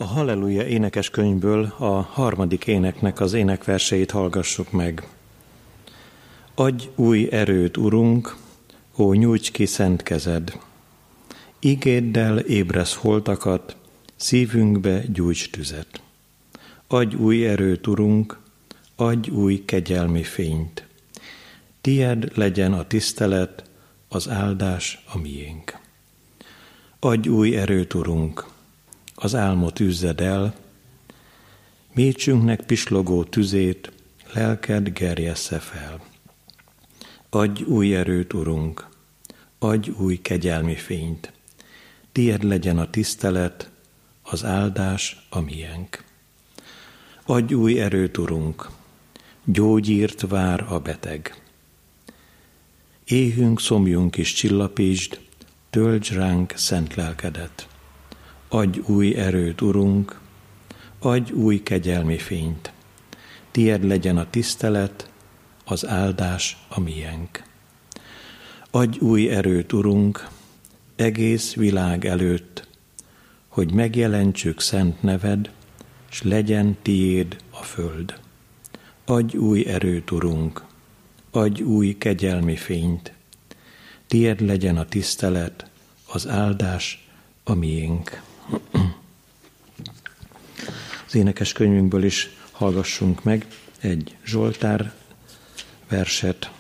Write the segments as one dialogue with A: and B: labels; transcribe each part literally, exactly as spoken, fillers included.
A: A Halleluja énekeskönyvből a harmadik éneknek az énekverseit hallgassuk meg. Adj új erőt, Urunk, ó, nyújts ki szent kezed. Igéddel ébresz holtakat, szívünkbe gyújts tüzet. Adj új erőt, Urunk, adj új kegyelmi fényt. Tied legyen a tisztelet, az áldás a miénk. Adj új erőt, Urunk, az álmot üzzed el, mécsünknek pislogó tüzét, lelked gerjessze fel. Adj új erőt, Urunk, adj új kegyelmi fényt. Tied legyen a tisztelet, az áldás a miénk. Adj új erőt, Urunk, gyógyírt vár a beteg. Éhünk, szomjunk is csillapítsd, tölts ránk szent lelkedet. Adj új erőt, Urunk, adj új kegyelmi fényt. Tied legyen a tisztelet, az áldás a miénk. Adj új erőt, Urunk, egész világ előtt, hogy megjelentsük szent neved, s legyen tiéd a föld. Adj új erőt, Urunk, adj új kegyelmi fényt. Tied legyen a tisztelet, az áldás a miénk. Az énekeskönyvünkből is hallgassunk meg egy Zsoltár verset,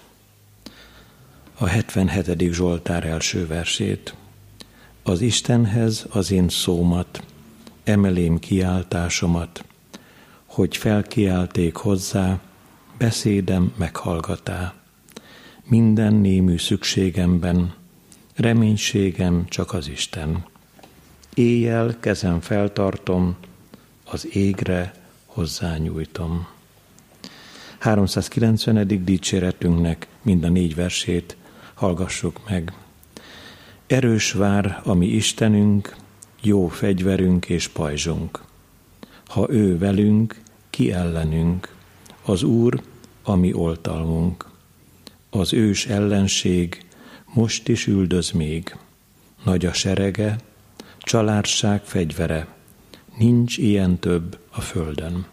A: a hetvenhetedik Zsoltár első versét. Az Istenhez az én szómat, emelém kiáltásomat, hogy felkiálték hozzá, beszédem meghallgatá. Minden némű szükségemben, reménységem csak az Isten. Éjjel kezem feltartom, az égre hozzányújtom. háromszázkilencvenedik dicséretünknek mind a négy versét hallgassuk meg. Erős vár a mi Istenünk, jó fegyverünk és pajzsunk. Ha ő velünk, ki ellenünk, az Úr a mi oltalmunk. Az ős ellenség most is üldöz még. Nagy a serege, családság fegyvere, nincs ilyen több a földön.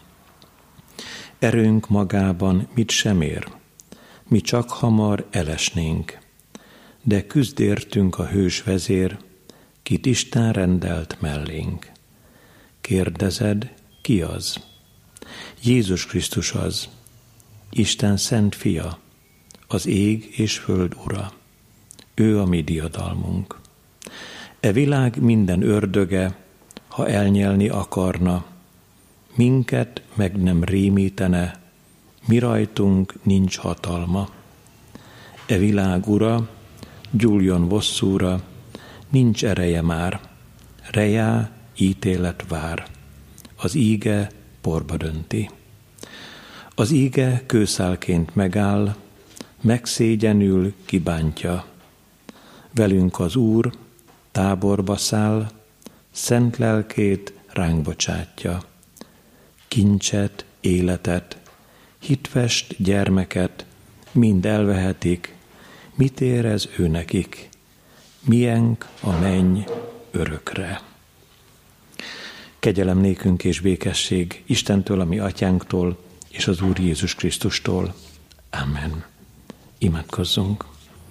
A: Erőnk magában mit sem ér, mi csak hamar elesnénk, de küzd értünk a hős vezér, kit Isten rendelt mellénk. Kérdezed, ki az? Jézus Krisztus az, Isten szent fia, az ég és föld ura. Ő a mi diadalmunk. E világ minden ördöge, ha elnyelni akarna, minket meg nem rémítene, mi rajtunk nincs hatalma. E világ ura, gyúljon bosszúra, nincs ereje már, rejá ítélet vár, az íge porba dönti. Az íge kőszálként megáll, megszégyenül, kibántja. Velünk az Úr táborba száll, szent lelkét ránk bocsátja. Kincset, életet, hitvest gyermeket mind elvehetik, mit érez ő nekik, mienk a menny örökre. Kegyelem nékünk és békesség Istentől, a mi atyánktól, és az Úr Jézus Krisztustól. Amen. Imádkozzunk.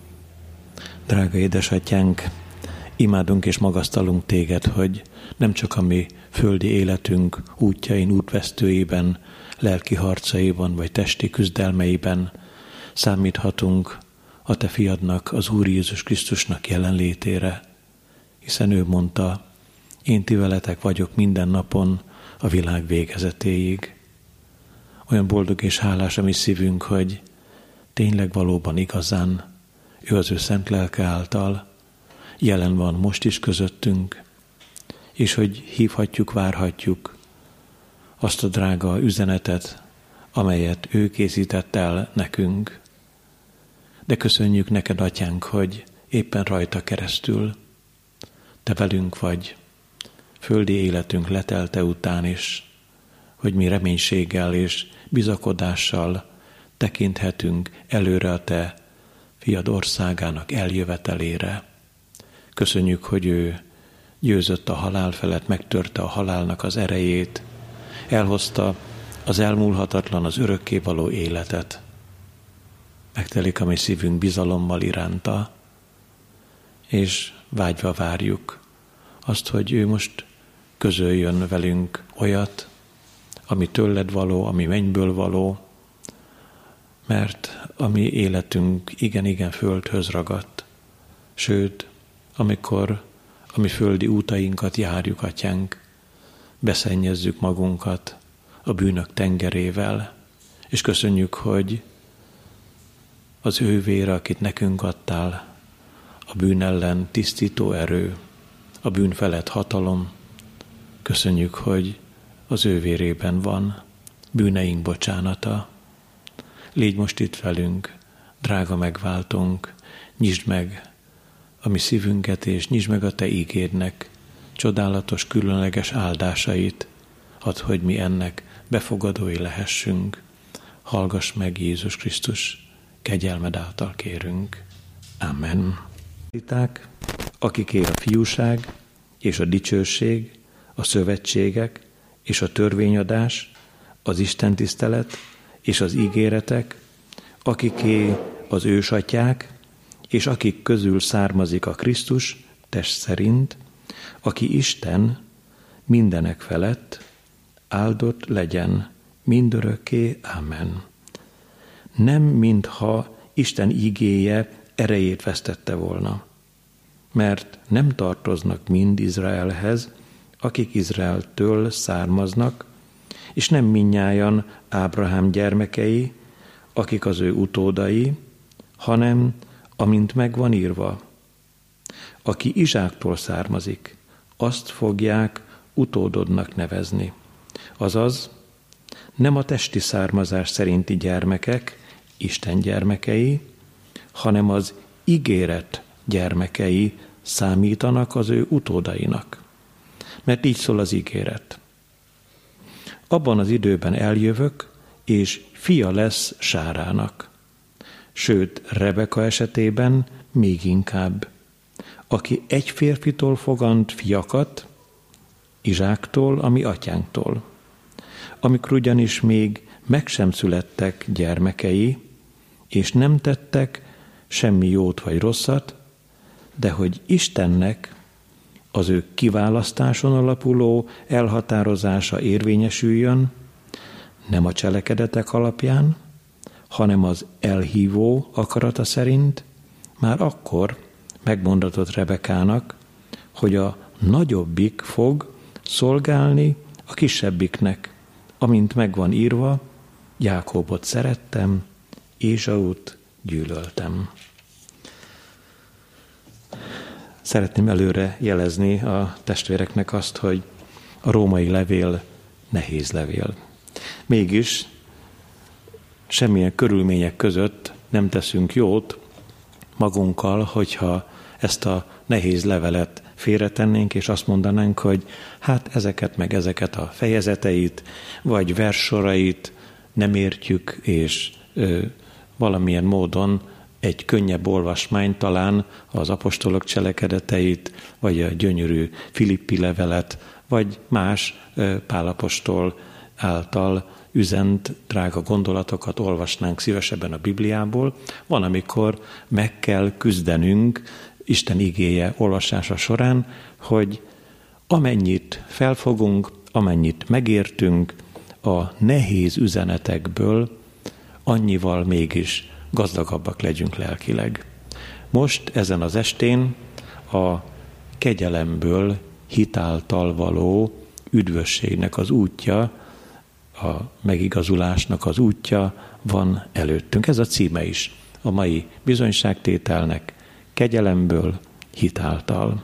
A: Drága édesatyánk, imádunk és magasztalunk téged, hogy nem csak a mi földi életünk útjain, útvesztőiben, lelki harcaiban vagy testi küzdelmeiben számíthatunk a te fiadnak, az Úr Jézus Krisztusnak jelenlétére, hiszen ő mondta, én ti veletek vagyok minden napon a világ végezetéig. Olyan boldog és hálás a mi szívünk, hogy tényleg valóban igazán ő az ő szent lelke által jelen van most is közöttünk, és hogy hívhatjuk, várhatjuk azt a drága üzenetet, amelyet ő készített el nekünk. De köszönjük neked, atyánk, hogy éppen rajta keresztül te velünk vagy, földi életünk letelte után is, hogy mi reménységgel és bizakodással tekinthetünk előre a te fiad országának eljövetelére. Köszönjük, hogy ő győzött a halál felett, megtörte a halálnak az erejét, elhozta az elmúlhatatlan, az örökkévaló életet. Megtelik a mi szívünk bizalommal iránta, és vágyva várjuk azt, hogy ő most közöljön velünk olyat, ami tőled való, ami mennyből való, mert a mi életünk igen-igen földhöz ragadt. Sőt, amikor a mi földi útainkat járjuk, Atyánk, beszennyezzük magunkat a bűnök tengerével, és köszönjük, hogy az ő vére, akit nekünk adtál, a bűn ellen tisztító erő, a bűn felett hatalom. Köszönjük, hogy az ő vérében van bűneink bocsánata. Légy most itt velünk, drága megváltónk, nyisd meg a mi szívünket, és nyisd meg a te ígédnek csodálatos, különleges áldásait, add, hogy mi ennek befogadói lehessünk. Hallgass meg, Jézus Krisztus, kegyelmed által kérünk. Amen. Akiké a fiúság és a dicsőség, a szövetségek és a törvényadás, az istentisztelet és az ígéretek, akiké az ősatyák, és akik közül származik a Krisztus test szerint, aki Isten mindenek felett, áldott legyen mindörökké. Amen. Nem mintha Isten ígéje erejét vesztette volna, mert nem tartoznak mind Izraelhez, akik Izraeltől származnak, és nem mindnyájan Ábrahám gyermekei, akik az ő utódai, hanem amint meg van írva, aki Izsáktól származik, azt fogják utódodnak nevezni. Azaz, nem a testi származás szerinti gyermekek, Isten gyermekei, hanem az ígéret gyermekei számítanak az ő utódainak. Mert így szól az ígéret. Abban az időben eljövök, és fia lesz Sárának. Sőt, Rebeka esetében még inkább, aki egy férfitól fogant fiakat, Izsáktól, a mi atyánktól. Amikor ugyanis még meg sem születtek gyermekei, és nem tettek semmi jót vagy rosszat, de hogy Istennek az ő kiválasztáson alapuló elhatározása érvényesüljön, nem a cselekedetek alapján, hanem az elhívó akarata szerint, már akkor megmondatott Rebekának, hogy a nagyobbik fog szolgálni a kisebbiknek, amint megvan írva, Jákóbot szerettem, Ésaut gyűlöltem. Szeretném előre jelezni a testvéreknek azt, hogy a római levél nehéz levél. Mégis semmilyen körülmények között nem teszünk jót magunkkal, hogyha ezt a nehéz levelet félretennénk, és azt mondanánk, hogy hát ezeket meg ezeket a fejezeteit, vagy verssorait nem értjük, és ö, valamilyen módon egy könnyebb olvasmány talán az apostolok cselekedeteit, vagy a gyönyörű Filippi levelet, vagy más ö, Pál apostol által üzent drága gondolatokat olvasnánk szívesebben a Bibliából. Van, amikor meg kell küzdenünk Isten igéje olvasása során, hogy amennyit felfogunk, amennyit megértünk a nehéz üzenetekből, annyival mégis gazdagabbak legyünk lelkileg. Most ezen az estén a kegyelemből hitáltal való üdvösségnek az útja, a megigazulásnak az útja van előttünk. Ez a címe is a mai bizonyságtételnek, kegyelemből hitáltal.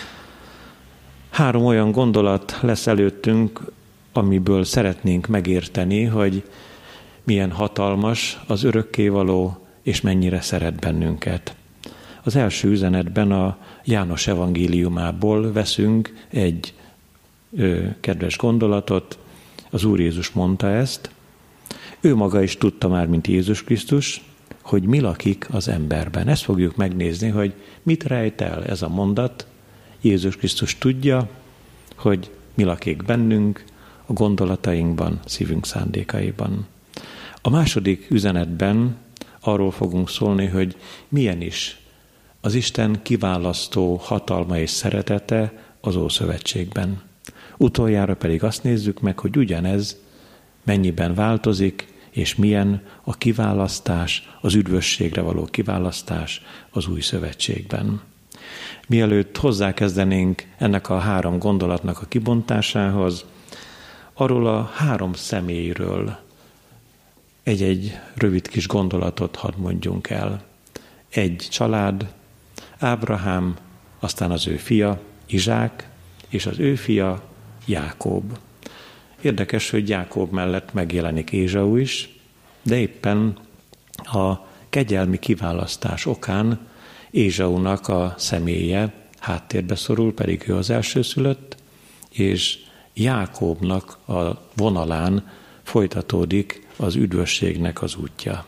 A: Három olyan gondolat lesz előttünk, amiből szeretnénk megérteni, hogy milyen hatalmas az örökkévaló, és mennyire szeret bennünket. Az első üzenetben a János evangéliumából veszünk egy ö, kedves gondolatot. Az Úr Jézus mondta ezt. Ő maga is tudta már, mint Jézus Krisztus, hogy mi lakik az emberben. Ezt fogjuk megnézni, hogy mit rejt el ez a mondat Jézus Krisztus tudja, hogy mi lakik bennünk, a gondolatainkban, szívünk szándékaiban. A második üzenetben arról fogunk szólni, hogy milyen is az Isten kiválasztó hatalma és szeretete az Ószövetségben. Utoljára pedig azt nézzük meg, hogy ugyanez mennyiben változik, és milyen a kiválasztás, az üdvösségre való kiválasztás az Új Szövetségben. Mielőtt hozzákezdenénk ennek a három gondolatnak a kibontásához, arról a három személyről egy-egy rövid kis gondolatot hadd mondjunk el. Egy család, Ábrahám, aztán az ő fia, Izsák, és az ő fia, Jákob. Érdekes, hogy Jákob mellett megjelenik Ézsau is, de éppen a kegyelmi kiválasztás okán Ézsaunak a személye háttérbe szorul, pedig ő az elsőszülött, és Jákobnak a vonalán folytatódik az üdvösségnek az útja.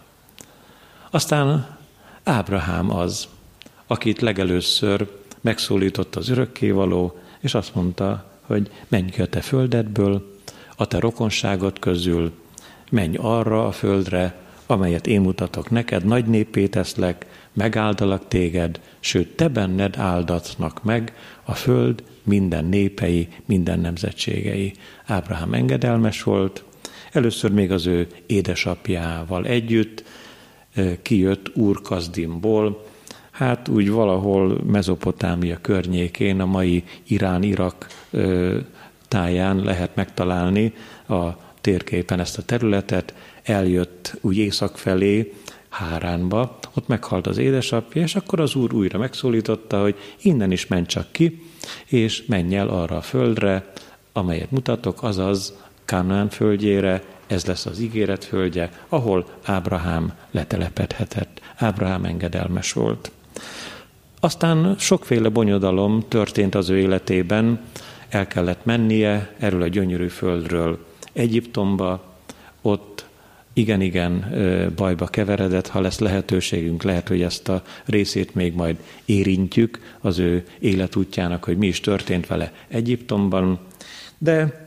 A: Aztán Ábrahám az, akit legelőször megszólított az örökkévaló, és azt mondta, hogy menj ki a te földedből, a te rokonságod közül, menj arra a földre, amelyet én mutatok neked, nagy néppé teszlek, megáldalak téged, sőt, te benned áldatnak meg a föld minden népei, minden nemzetségei. Ábrahám engedelmes volt, először még az ő édesapjával együtt kijött Úr-Kasdimból, hát úgy valahol Mezopotámia környékén, a mai Irán-Irak táján lehet megtalálni a térképen ezt a területet, eljött úgy észak felé, Háránba, ott meghalt az édesapja, és akkor az Úr újra megszólította, hogy innen is menj csak ki, és menj el arra a földre, amelyet mutatok, azaz Kánaán földjére, ez lesz az ígéret földje, ahol Ábrahám letelepedhetett. Ábrahám engedelmes volt. Aztán sokféle bonyodalom történt az ő életében, el kellett mennie erről a gyönyörű földről Egyiptomba, ott igen-igen bajba keveredett, ha lesz lehetőségünk, lehet, hogy ezt a részét még majd érintjük az ő életútjának, hogy mi is történt vele Egyiptomban. De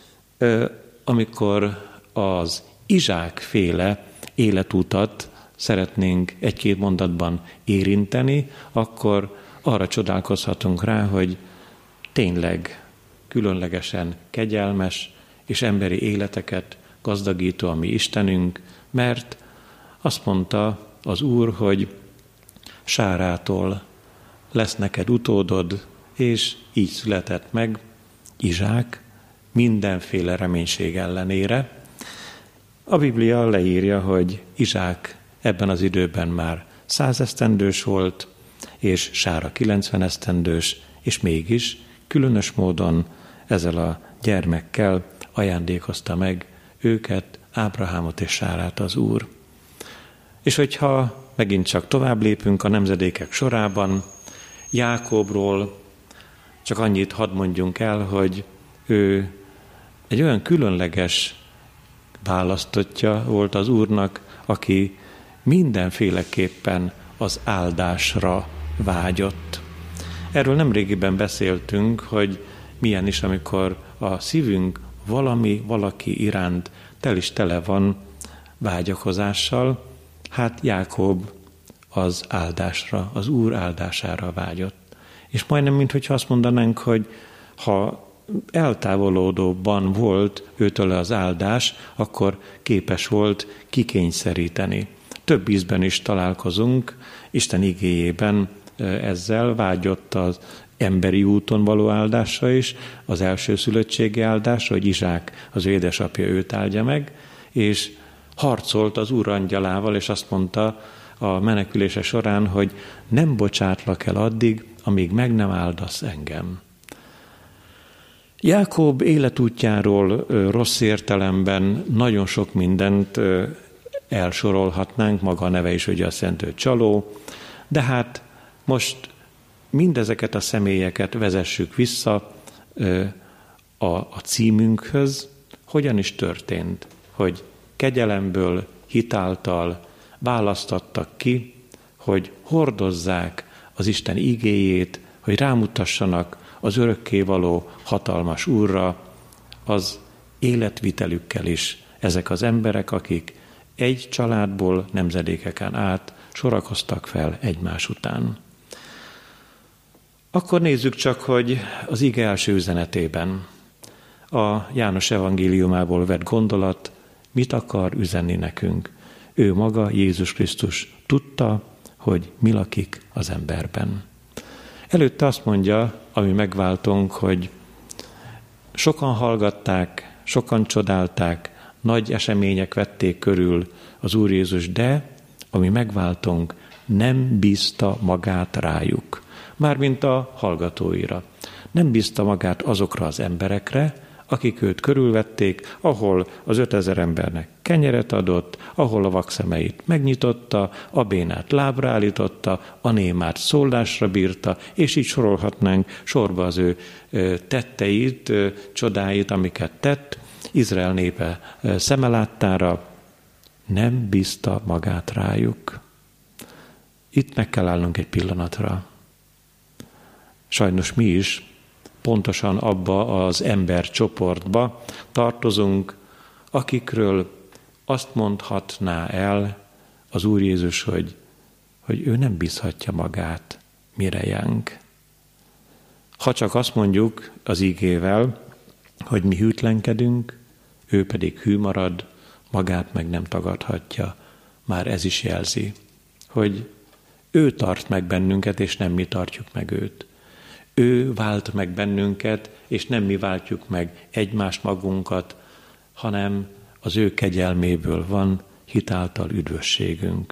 A: amikor az Izsák féle életútat szeretnénk egy-két mondatban érinteni, akkor arra csodálkozhatunk rá, hogy tényleg különlegesen kegyelmes és emberi életeket gazdagító a mi Istenünk, mert azt mondta az Úr, hogy Sárától lesz neked utódod, és így született meg Izsák mindenféle reménység ellenére. A Biblia leírja, hogy Izsák ebben az időben már száz esztendős volt, és Sára kilencven esztendős, és mégis különös módon ezzel a gyermekkel ajándékozta meg őket, Ábrahámot és Sárát az Úr. És hogyha megint csak tovább lépünk a nemzedékek sorában, Jákobról csak annyit hadd mondjunk el, hogy ő egy olyan különleges választottja volt az Úrnak, aki mindenféleképpen az áldásra vágyott. Erről nemrégiben beszéltünk, hogy milyen is, amikor a szívünk valami, valaki iránt tel is tele van vágyakozással, hát Jákob az áldásra, az Úr áldására vágyott. És majdnem, minthogyha azt mondanánk, hogy ha eltávolodóban volt őtől az áldás, akkor képes volt kikényszeríteni. Több ízben is találkozunk, Isten igéjében ezzel vágyott az emberi úton való áldásra is, az elsőszülöttségi áldásra, hogy Izsák, az édesapja őt áldja meg, és harcolt az Úr angyalával, és azt mondta a menekülése során, hogy nem bocsátlak el addig, amíg meg nem áldasz engem. Jákob életútjáról rossz értelemben nagyon sok mindent elsorolhatnánk, maga a neve is ugye azt jelenti, hogy csaló, de hát most mindezeket a személyeket vezessük vissza a, a címünkhöz, hogyan is történt, hogy kegyelemből, hitáltal választattak ki, hogy hordozzák az Isten igéjét, hogy rámutassanak az örökkévaló hatalmas Úrra, az életvitelükkel is ezek az emberek, akik egy családból nemzedékeken át sorakoztak fel egymás után. Akkor nézzük csak, hogy az ige első üzenetében a János evangéliumából vett gondolat mit akar üzenni nekünk. Ő maga, Jézus Krisztus tudta, hogy mi lakik az emberben. Előtte azt mondja, ami megváltunk, hogy sokan hallgatták, sokan csodálták, nagy események vették körül az Úr Jézus, de ami megváltunk, nem bízta magát rájuk. Mármint a hallgatóira. Nem bízta magát azokra az emberekre, akik őt körülvették, ahol az ötezer embernek kenyeret adott, ahol a vakszemeit megnyitotta, a bénát lábra állította, a némát szólásra bírta, és így sorolhatnánk sorba az ő tetteit, csodáit, amiket tett, Izrael népe szeme láttára. Nem bízta magát rájuk. Itt meg kell állnunk egy pillanatra. Sajnos mi is pontosan abba az embercsoportba tartozunk, akikről azt mondhatná el az Úr Jézus, hogy, hogy ő nem bízhatja magát mirejánk. Ha csak azt mondjuk az ígével, hogy mi hűtlenkedünk, ő pedig hű marad, magát meg nem tagadhatja. Már ez is jelzi, hogy ő tart meg bennünket, és nem mi tartjuk meg őt. Ő vált meg bennünket, és nem mi váltjuk meg egymást, magunkat, hanem az ő kegyelméből van hitáltal üdvösségünk.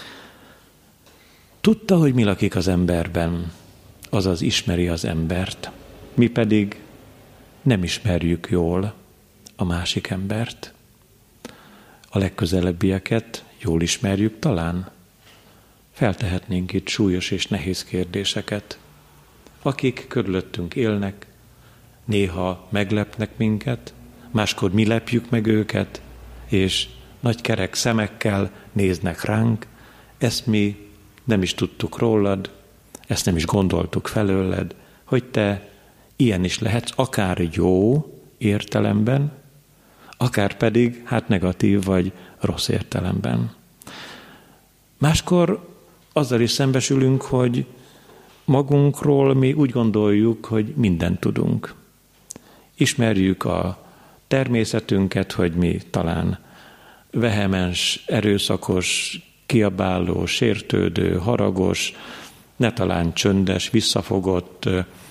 A: Tudta, hogy mi lakik az emberben, azaz ismeri az embert. Mi pedig nem ismerjük jól a másik embert. A legközelebbieket jól ismerjük talán. Feltehetnénk itt súlyos és nehéz kérdéseket. Akik körülöttünk élnek, néha meglepnek minket, máskor mi lepjük meg őket, és nagy kerek szemekkel néznek ránk, ezt mi nem is tudtuk rólad, ezt nem is gondoltuk felőled, hogy te ilyen is lehetsz, akár jó értelemben, akár pedig hát negatív vagy rossz értelemben. Máskor azzal is szembesülünk, hogy magunkról mi úgy gondoljuk, hogy mindent tudunk. Ismerjük a természetünket, hogy mi talán vehemens, erőszakos, kiabáló, sértődő, haragos, ne talán csöndes, visszafogott,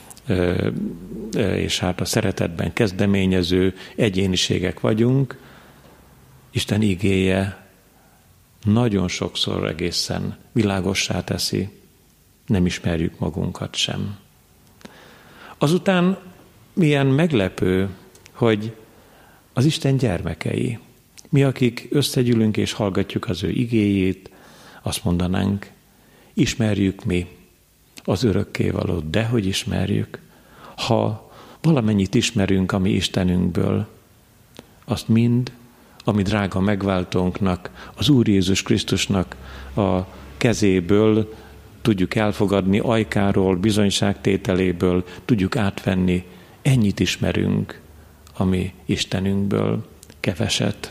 A: és hát a szeretetben kezdeményező egyéniségek vagyunk. Isten igéje nagyon sokszor egészen világossá teszi, nem ismerjük magunkat sem. Azután milyen meglepő, hogy az Isten gyermekei, mi, akik összegyűlünk és hallgatjuk az ő igéjét, azt mondanánk, ismerjük mi az örökkévalót, de hogy ismerjük. Ha valamennyit ismerünk a mi Istenünkből, azt mind, ami drága megváltónknak, az Úr Jézus Krisztusnak a kezéből tudjuk elfogadni, ajkáról, bizonyságtételéből tudjuk átvenni. Ennyit ismerünk a mi Istenünkből, keveset.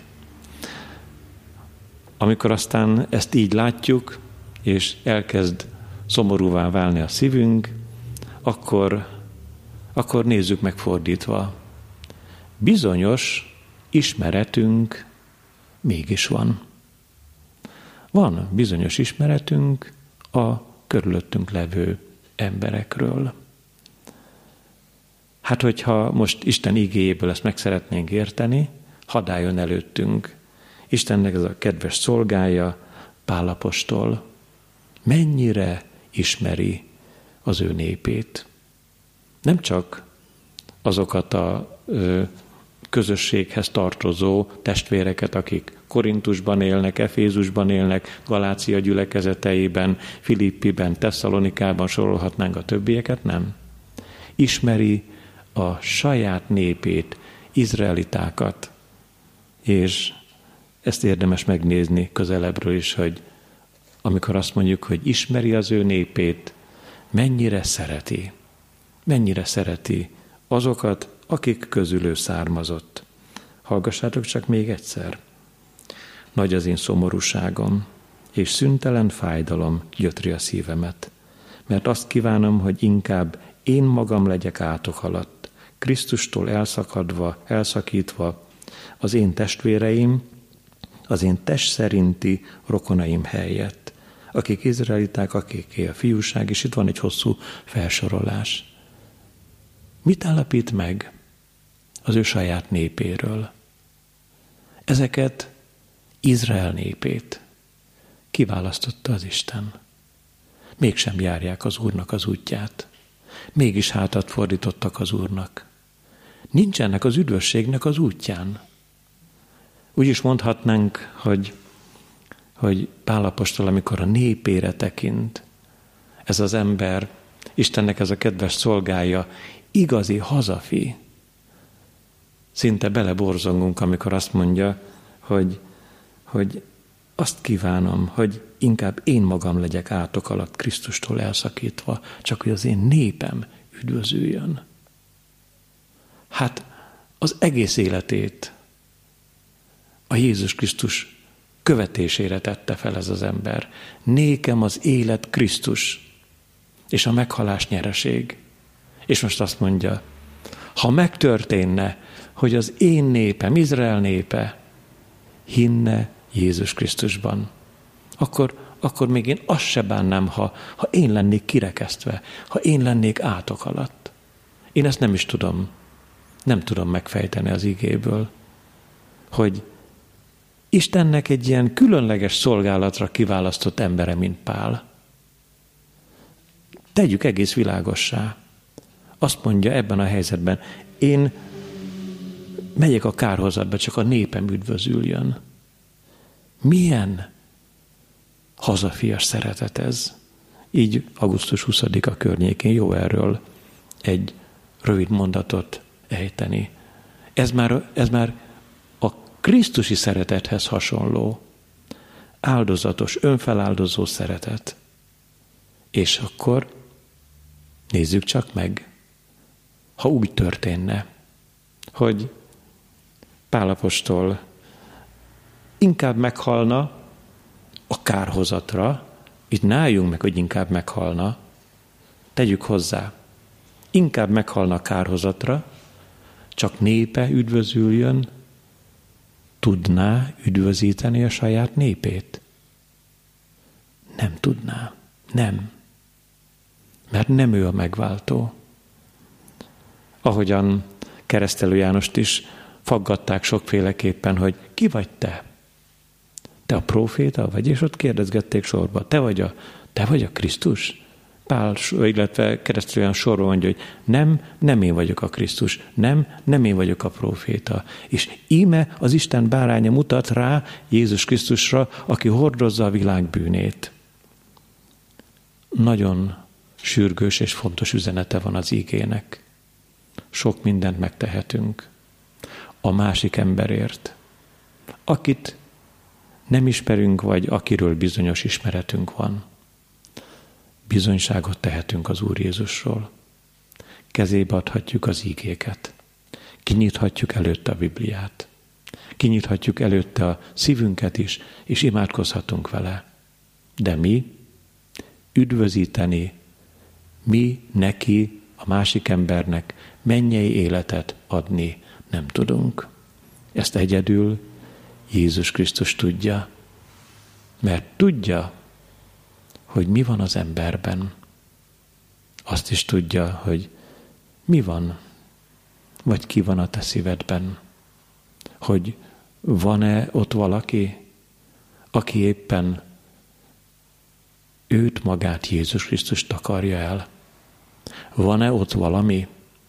A: Amikor aztán ezt így látjuk, és elkezd szomorúvá válni a szívünk, akkor, akkor nézzük megfordítva. Bizonyos ismeretünk mégis van. Van bizonyos ismeretünk a körülöttünk levő emberekről. Hát, hogyha most Isten igéjéből ezt meg szeretnénk érteni, hadd álljon előttünk Istennek ez a kedves szolgája, Pál apostol. Mennyire ismeri az ő népét. Nem csak azokat a ö, közösséghez tartozó testvéreket, akik Korintusban élnek, Efézusban élnek, Galácia gyülekezeteiben, Filippiben, Tesszalonikában, sorolhatnánk a többieket, nem. Ismeri a saját népét, izraelitákat, és ezt érdemes megnézni közelebbről is, hogy amikor azt mondjuk, hogy ismeri az ő népét, mennyire szereti. mennyire szereti azokat, akik közül ő származott. Hallgassátok csak még egyszer. Nagy az én szomorúságom, és szüntelen fájdalom gyötri a szívemet, mert azt kívánom, hogy inkább én magam legyek átok alatt, Krisztustól elszakadva, elszakítva, az én testvéreim, az én test szerinti rokonaim helyett, akik izraeliták, akiké a fiúság, és itt van egy hosszú felsorolás. Mit állapít meg az ő saját népéről? Ezeket, Izrael népét kiválasztotta az Isten. Mégsem járják az Úrnak az útját. Mégis hátat fordítottak az Úrnak. Nincsenek az üdvösségnek az útján. Úgy is mondhatnánk, hogy, hogy Pál apostol, amikor a népére tekint, ez az ember, Istennek ez a kedves szolgája, igazi hazafi. Szinte beleborzongunk, amikor azt mondja, hogy, hogy azt kívánom, hogy inkább én magam legyek átok alatt Krisztustól elszakítva, csak hogy az én népem üdvözüljön. Hát az egész életét a Jézus Krisztus követésére tette fel ez az ember. Nékem az élet Krisztus, és a meghalás nyereség. És most azt mondja, ha megtörténne, hogy az én népem, Izrael népe hinne Jézus Krisztusban, akkor, akkor még én azt se bánnám, ha, ha én lennék kirekesztve, ha én lennék átok alatt. Én ezt nem is tudom, nem tudom megfejteni az igéből, hogy Istennek egy ilyen különleges szolgálatra kiválasztott embere, mint Pál. Tegyük egész világossá. Azt mondja ebben a helyzetben, én megyek a kárhozatba, csak a népem üdvözüljön. Milyen hazafias szeretet ez. Így augusztus huszadika környékén jó erről egy rövid mondatot ejteni. Ez már, ez már a krisztusi szeretethez hasonló, áldozatos, önfeláldozó szeretet. És akkor nézzük csak meg, ha úgy történne, hogy Pál apostol inkább meghalna a kárhozatra, itt ne álljunk meg, hogy inkább meghalna, tegyük hozzá, inkább meghalna a kárhozatra, csak népe üdvözüljön, tudná üdvözíteni a saját népét? Nem tudná. Nem. Mert nem ő a megváltó. Ahogyan Keresztelő Jánost is faggatták sokféleképpen, hogy ki vagy te? Te a próféta vagy? És ott kérdezgették sorba. Te vagy a, te vagy a Krisztus? Pál, illetve Keresztelő János sorba mondja, hogy nem, nem én vagyok a Krisztus. Nem, nem én vagyok a próféta. És íme az Isten báránya mutat rá Jézus Krisztusra, aki hordozza a világ bűnét. Nagyon sürgős és fontos üzenete van az ígének. Sok mindent megtehetünk a másik emberért, akit nem ismerünk, vagy akiről bizonyos ismeretünk van. Bizonyságot tehetünk az Úr Jézusról. Kezébe adhatjuk az ígéket. Kinyithatjuk előtte a Bibliát. Kinyithatjuk előtte a szívünket is, és imádkozhatunk vele. De mi üdvözíteni, mi neki, a másik embernek mennyei életet adni nem tudunk. Ezt egyedül Jézus Krisztus tudja, mert tudja, hogy mi van az emberben. Azt is tudja, hogy mi van, vagy ki van a te szívedben. Hogy van-e ott valaki, aki éppen őt magát, Jézus Krisztust takarja el. Van-e ott valami,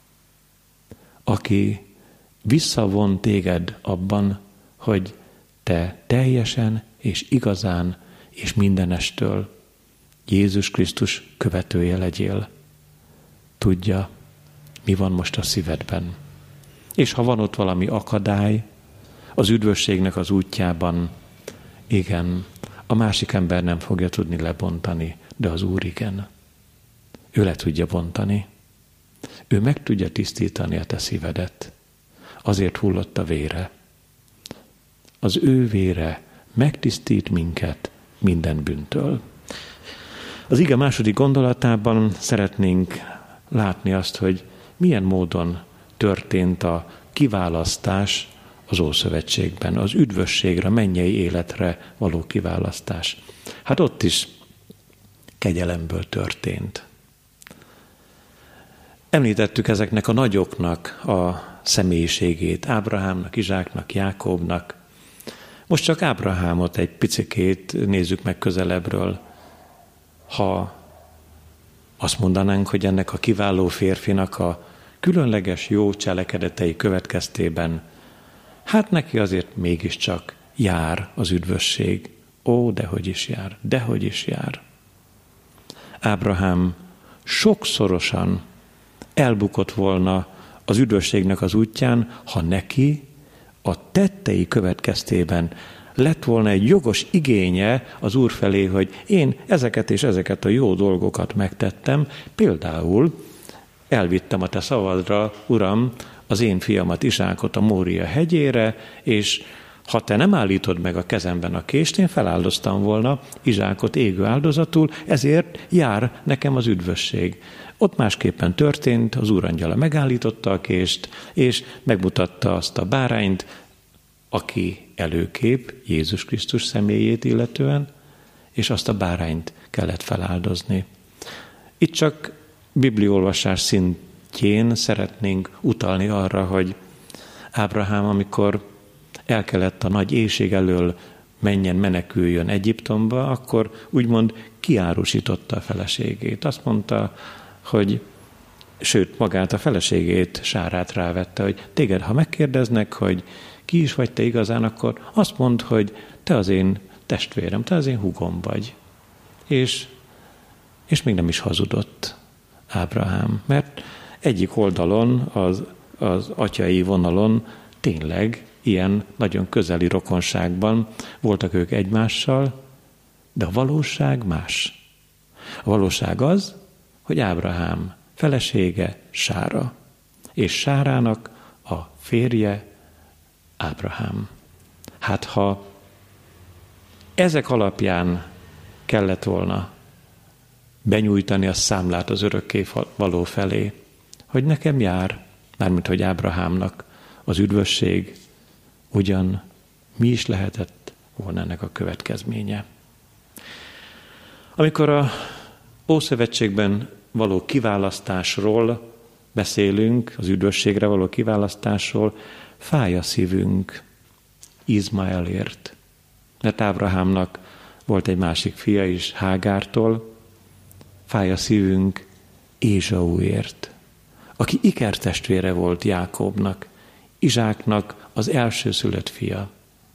A: aki visszavon téged abban, hogy te teljesen és igazán és mindenestől Jézus Krisztus követője legyél? Tudja, mi van most a szívedben. És ha van ott valami akadály az üdvösségnek az útjában, igen, a másik ember nem fogja tudni lebontani, de az Úr igen. Ő le tudja bontani. Ő meg tudja tisztítani a te szívedet. Azért hullott a vére. Az ő vére megtisztít minket minden bűntől. Az ige második gondolatában szeretnénk látni azt, hogy milyen módon történt a kiválasztás az Ószövetségben, az üdvösségre, mennyei életre való kiválasztás. Hát ott is kegyelemből történt. Említettük ezeknek a nagyoknak a személyiségét, Ábrahámnak, Izsáknak, Jákóbnak. Most csak Ábrahámot egy picikét nézzük meg közelebbről. Ha azt mondanánk, hogy ennek a kiváló férfinak a különleges jó cselekedetei következtében, hát neki azért mégiscsak jár az üdvösség. Ó, dehogy is jár, dehogy is jár. Ábrahám sokszorosan elbukott volna az üdvösségnek az útján, ha neki a tettei következtében lett volna egy jogos igénye az Úr felé, hogy én ezeket és ezeket a jó dolgokat megtettem, például elvittem a te szavadra, Uram, az én fiamat Izsákot a Mória hegyére, és ha te nem állítod meg a kezemben a kést, én feláldoztam volna Izsákot égő áldozatul, ezért jár nekem az üdvösség. Ott másképpen történt, az úrangyala megállította a kést, és megmutatta azt a bárányt, aki előkép Jézus Krisztus személyét illetően, és azt a bárányt kellett feláldozni. Itt csak bibliolvasás szintjén szeretnénk utalni arra, hogy Ábrahám, amikor el kellett a nagy éhség elől menjen, meneküljön Egyiptomba, akkor úgymond kiárusította a feleségét. Azt mondta, hogy sőt, magát a feleségét, Sárát rávette, hogy téged, ha megkérdeznek, hogy ki is vagy te igazán, akkor azt mondd, hogy te az én testvérem, te az én húgom vagy. És, és még nem is hazudott Ábrahám, mert egyik oldalon, az, az atyai vonalon tényleg ilyen nagyon közeli rokonságban voltak ők egymással, de a valóság más. A valóság az, hogy Ábrahám felesége Sára, és Sárának a férje Ábrahám. Hát ha ezek alapján kellett volna benyújtani a számlát az örökké való felé, hogy nekem jár, mármint hogy Ábrahámnak az üdvösség, ugyan mi is lehetett volna ennek a következménye. Amikor a Ószövetségben való kiválasztásról beszélünk, az üdvösségre való kiválasztásról, fáj a szívünk Izmaelért. Mert Ábrahámnak volt egy másik fia is, Hágártól, fáj a szívünk Ézsauért, aki ikertestvére volt Jákóbnak, Izsáknak az elsőszülött fia.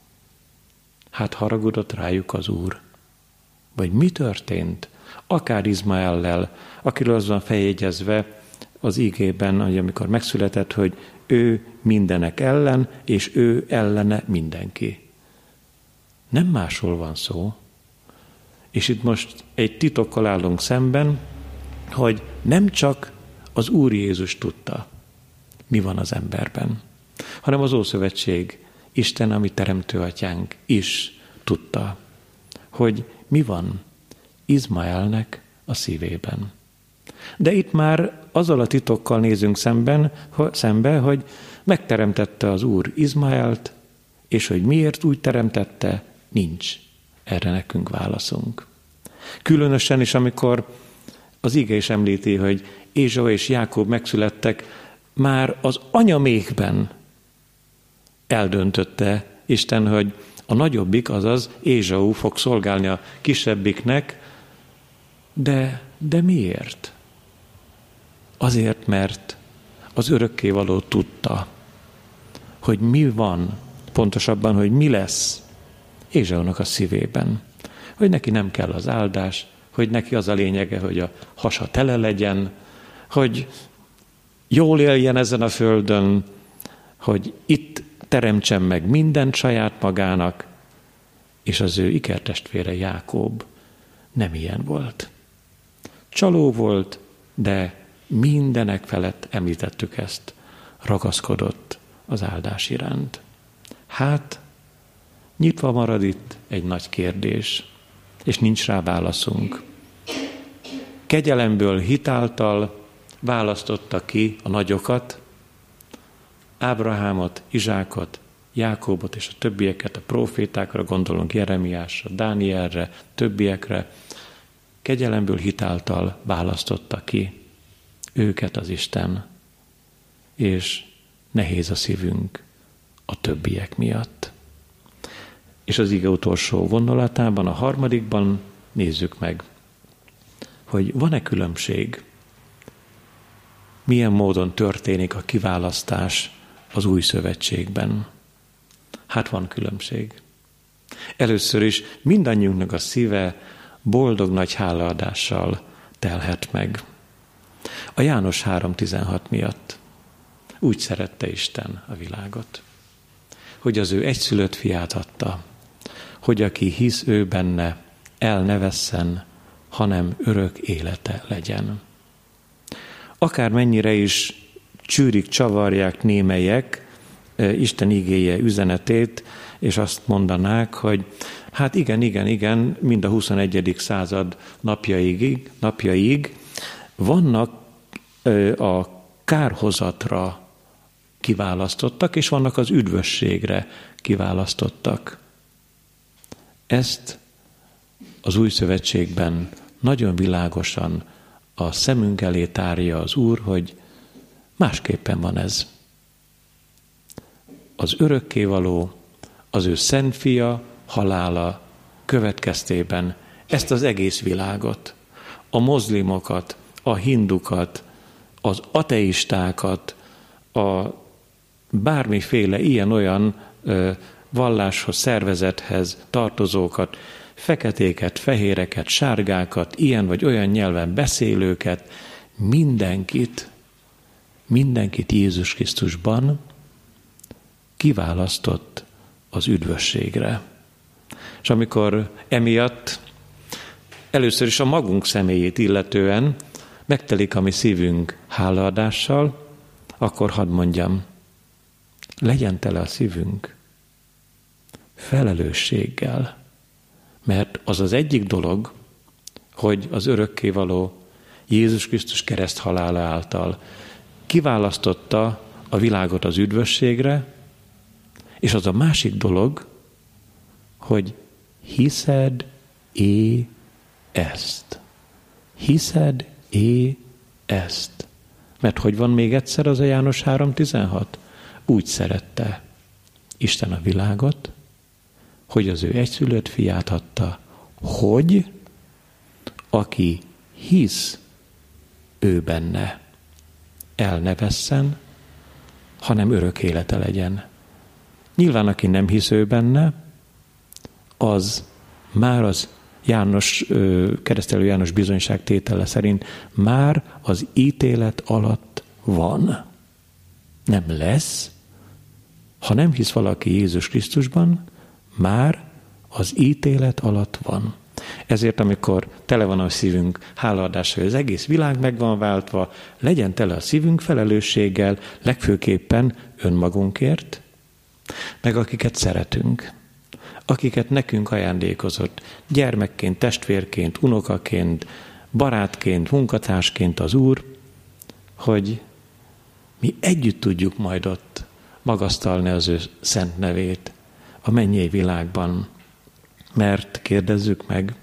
A: Hát haragudott rájuk az Úr. Vagy mi történt? Akár Izmaellel, akiről az van feljegyezve az ígében, hogy amikor megszületett, hogy ő mindenek ellen, és ő ellene mindenki. Nem másról van szó. És itt most egy titokkal állunk szemben, hogy nem csak az Úr Jézus tudta, mi van az emberben, hanem az Ószövetség, Isten, ami teremtő atyánk is tudta, hogy mi van Izmaelnek a szívében. De itt már azzal a titokkal nézünk szemben, szembe, hogy megteremtette az Úr Izmaelt, és hogy miért úgy teremtette, nincs erre nekünk válaszunk. Különösen is, amikor az ige is említi, hogy Ézsau és Jákob megszülettek, már az anyaméhben eldöntötte Isten, hogy a nagyobbik, azaz Ézsau fog szolgálni a kisebbiknek, de, de miért? Azért, mert az örökkévaló tudta, hogy mi van, pontosabban, hogy mi lesz Ézsaunak a szívében. Hogy neki nem kell az áldás, hogy neki az a lényege, hogy a hasa tele legyen, hogy jól éljen ezen a földön, hogy itt teremtsen meg mindent saját magának, és az ő ikertestvére Jákob nem ilyen volt. Csaló volt, de mindenek felett, említettük ezt, ragaszkodott az áldás iránt. Hát, nyitva marad itt egy nagy kérdés, és nincs rá válaszunk. Kegyelemből, hitáltal választotta ki a nagyokat, Ábrahámot, Izsákot, Jákóbot és a többieket, a prófétákra gondolunk, Jeremiásra, Dánielre, többiekre. Kegyelemből, hitáltal választotta ki őket az Isten, és nehéz a szívünk a többiek miatt. És az ige utolsó vonulatában, a harmadikban nézzük meg, hogy van-e különbség, milyen módon történik a kiválasztás az új szövetségben. Hát van különbség. Először is mindannyiunknak a szíve boldog nagy hálaadással telhet meg. A János három tizenhat miatt úgy szerette Isten a világot, hogy az ő egyszülött fiát adta, hogy aki hisz ő benne, el ne vesszen, hanem örök élete legyen. Akármennyire is csűrik, csavarják némelyek Isten igéje üzenetét, és azt mondanák, hogy hát igen, igen, igen, mind a huszonegyedik század napjaig, napjaig vannak a kárhozatra kiválasztottak, és vannak az üdvösségre kiválasztottak. Ezt az új szövetségben nagyon világosan a szemünk elé tárja az Úr, hogy másképpen van ez. Az örökkévaló, az ő szent fia halála következtében ezt az egész világot, a mozlimokat, a hindukat, az ateistákat, a bármiféle ilyen-olyan ö, valláshoz, szervezethez tartozókat, feketéket, fehéreket, sárgákat, ilyen vagy olyan nyelven beszélőket, mindenkit, mindenkit Jézus Krisztusban kiválasztott az üdvösségre. És amikor emiatt először is a magunk személyét illetően megtelik a mi szívünk hálaadással, akkor hadd mondjam, legyen tele a szívünk felelősséggel. Mert az az egyik dolog, hogy az örökkévaló Jézus Krisztus kereszt halála által kiválasztotta a világot az üdvösségre, és az a másik dolog, hogy hiszed-é ezt. Hiszed-é ezt. Mert hogy van még egyszer az a János három tizenhat? Úgy szerette Isten a világot, hogy az ő egyszülött fiát adta, hogy aki hisz ő benne, el ne vesszen, hanem örök élete legyen. Nyilván, aki nem hisz ő benne, az már az János, keresztelő János bizonyságtétele szerint már az ítélet alatt van. Nem lesz. Ha nem hisz valaki Jézus Krisztusban, már az ítélet alatt van. Ezért, amikor tele van a szívünk hálaadással, hogy az egész világ meg van váltva, legyen tele a szívünk felelősséggel, legfőképpen önmagunkért, meg akiket szeretünk, akiket nekünk ajándékozott, gyermekként, testvérként, unokaként, barátként, munkatársként az Úr, hogy mi együtt tudjuk majd ott magasztalni az ő szent nevét a mennyei világban. Mert kérdezzük meg,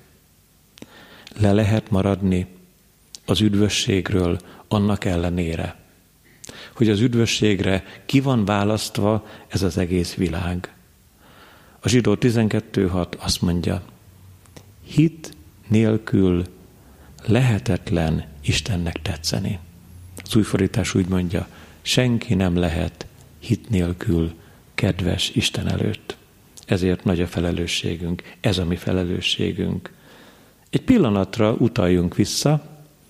A: le lehet maradni az üdvösségről annak ellenére, hogy az üdvösségre ki van választva ez az egész világ. A Zsidó tizenkettő hat azt mondja, hit nélkül lehetetlen Istennek tetszeni. Az újfordítás úgy mondja, senki nem lehet hit nélkül kedves Isten előtt. Ezért nagy a felelősségünk, ez a mi felelősségünk. Egy pillanatra utaljunk vissza,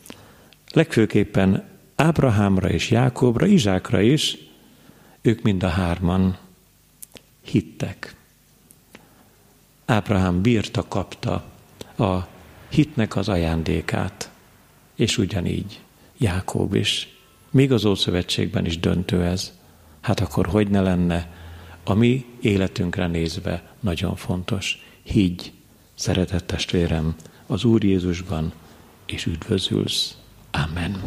A: legfőképpen Ábrahámra és Jákóbra, Izsákra is, ők mind a hárman hittek. Ábrahám bírta, kapta a hitnek az ajándékát, és ugyanígy Jákob is. Még az Ószövetségben is döntő ez. Hát akkor hogy ne lenne? A mi életünkre nézve nagyon fontos. Higgy, szeretett testvérem, az Úr Jézusban, és üdvözülsz. Amen.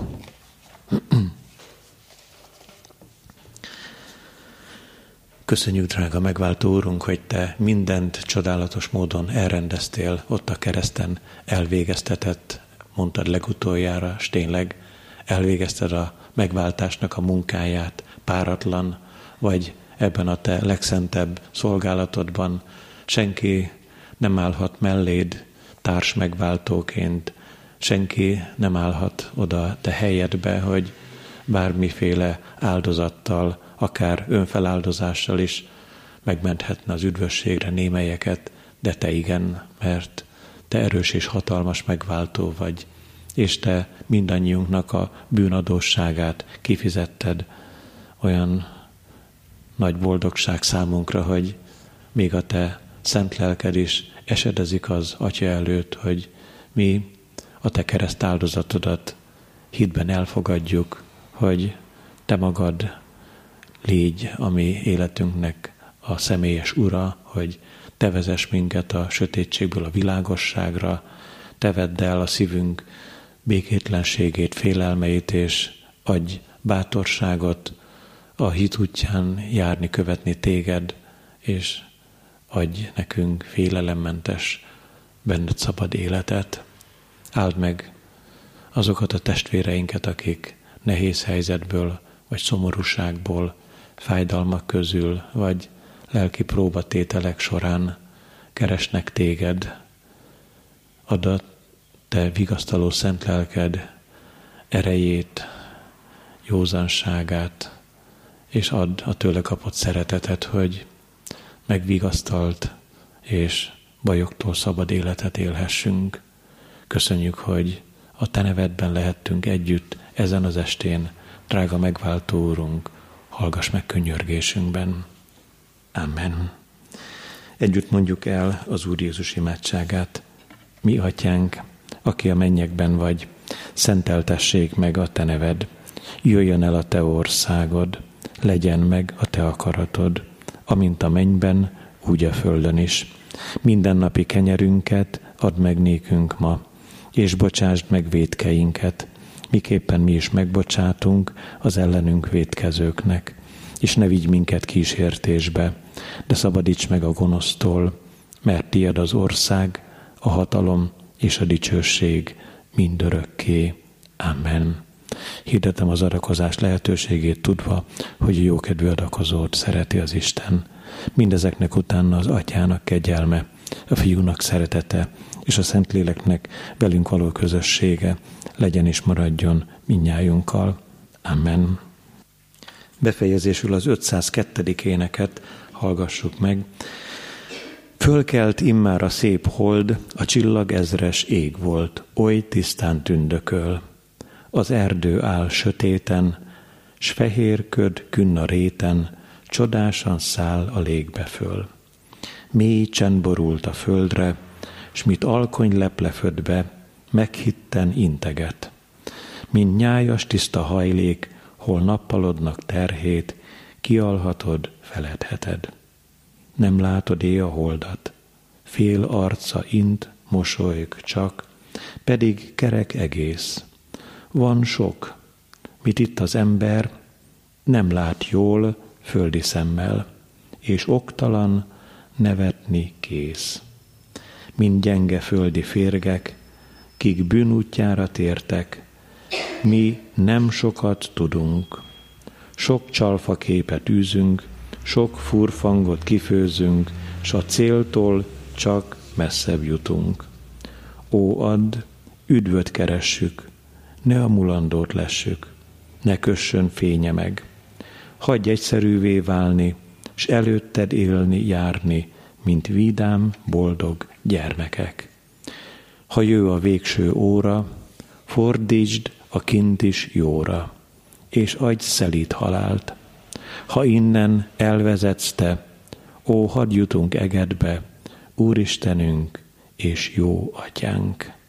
A: Köszönjük, drága megváltó Úrunk, hogy Te mindent csodálatos módon elrendeztél, ott a kereszten elvégeztetett, mondtad legutoljára, és tényleg elvégezted a megváltásnak a munkáját, páratlan, vagy ebben a Te legszentebb szolgálatodban senki nem állhat melléd társ megváltóként, senki nem állhat oda Te helyedbe, hogy bármiféle áldozattal, akár önfeláldozással is megmenthetne az üdvösségre némelyeket, de Te igen, mert Te erős és hatalmas megváltó vagy, és Te mindannyiunknak a bűnadósságát kifizetted. Olyan nagy boldogság számunkra, hogy még a Te szent lelked is esedezik az Atya előtt, hogy mi a Te kereszt áldozatodat hitben elfogadjuk, hogy Te magad légy a mi életünknek a személyes ura, hogy Te vezess minket a sötétségből a világosságra, Te vedd el a szívünk békétlenségét, félelmeit, és adj bátorságot a hit útján járni, követni Téged, és adj nekünk félelemmentes, benned szabad életet. Áld meg azokat a testvéreinket, akik nehéz helyzetből, vagy szomorúságból, fájdalmak közül, vagy lelki próbatételek során keresnek Téged. Add a Te vigasztaló szent lelked erejét, józanságát, és add a tőle kapott szeretetet, hogy megvigasztalt és bajoktól szabad életet élhessünk. Köszönjük, hogy a Te nevedben lehettünk együtt ezen az estén, drága megváltó Úrunk, hallgass meg könyörgésünkben. Amen. Együtt mondjuk el az Úr Jézus imádságát. Mi atyánk, aki a mennyekben vagy, szenteltessék meg a Te neved. Jöjjön el a Te országod, legyen meg a Te akaratod, amint a mennyben, úgy a földön is. Mindennapi kenyerünket add meg nékünk ma, és bocsásd meg vétkeinket, miképpen mi is megbocsátunk az ellenünk vétkezőknek. És ne vigy minket kísértésbe, de szabadíts meg a gonosztól, mert tied az ország, a hatalom és a dicsőség mindörökké. Amen. Hirdetem az adakozás lehetőségét tudva, hogy a jókedvű adakozót szereti az Isten. Mindezeknek utána az Atyának kegyelme, a Fiúnak szeretete és a Szentléleknek velünk való közössége legyen és maradjon mindnyájunkkal. Amen. Befejezésül az ötszázkettő. éneket hallgassuk meg. Fölkelt immár a szép hold, a csillagezres ég volt, oly tisztán tündököl. Az erdő áll sötéten, s fehér köd künn a réten, csodásan száll a légbe föl. Mély csend borult a földre, s mit alkony lepleföd be, meghitten integet. Mint nyájas tiszta hajlék, hol nappalodnak terhét, kialhatod, feledheted. Nem látod éj a holdat, fél arca int, mosolyg csak, pedig kerek egész. Van sok, mit itt az ember nem lát jól földi szemmel, és oktalan nevetni kész. Mind gyenge földi férgek, kik bűnútjára tértek, mi nem sokat tudunk. Sok csalfa képet űzünk, sok furfangot kifőzünk, s a céltól csak messzebb jutunk. Ó, add, üdvöt keressük, ne a mulandót lessük, ne kössön fénye meg. Hagyj egyszerűvé válni, s előtted élni, járni, mint vidám, boldog gyermekek. Ha jő a végső óra, fordítsd a kint is jóra, és adj szelíd halált. Ha innen elvezetsz te, ó, hadd jutunk egedbe, Úristenünk és jó atyánk.